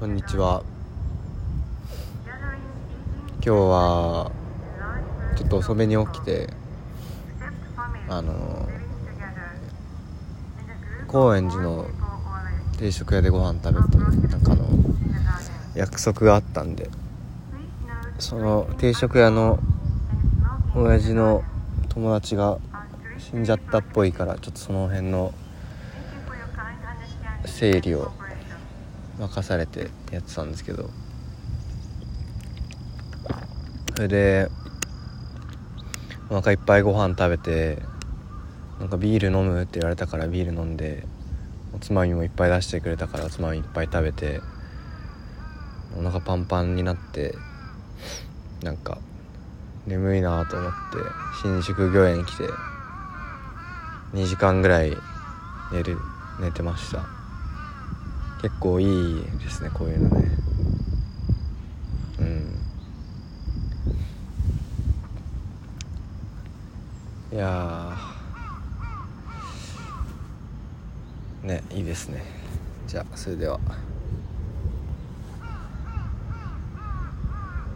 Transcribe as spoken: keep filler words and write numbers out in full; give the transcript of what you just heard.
こんにちは。今日はちょっと遅めに起きてあの高円寺の定食屋でご飯食べて、なんかあの約束があったんで、その定食屋の親父の友達が死んじゃったっぽいから、ちょっとその辺の整理を任されてやってたんですけど、それでお腹いっぱいご飯食べて、なんかビール飲むって言われたからビール飲んで、おつまみもいっぱい出してくれたからおつまみいっぱい食べて、お腹パンパンになって、なんか眠いなと思って新宿御苑来てにじかんぐらい寝る寝てました。結構いいですね、こういうのね。うんいやーね、いいですね。じゃあそれでは。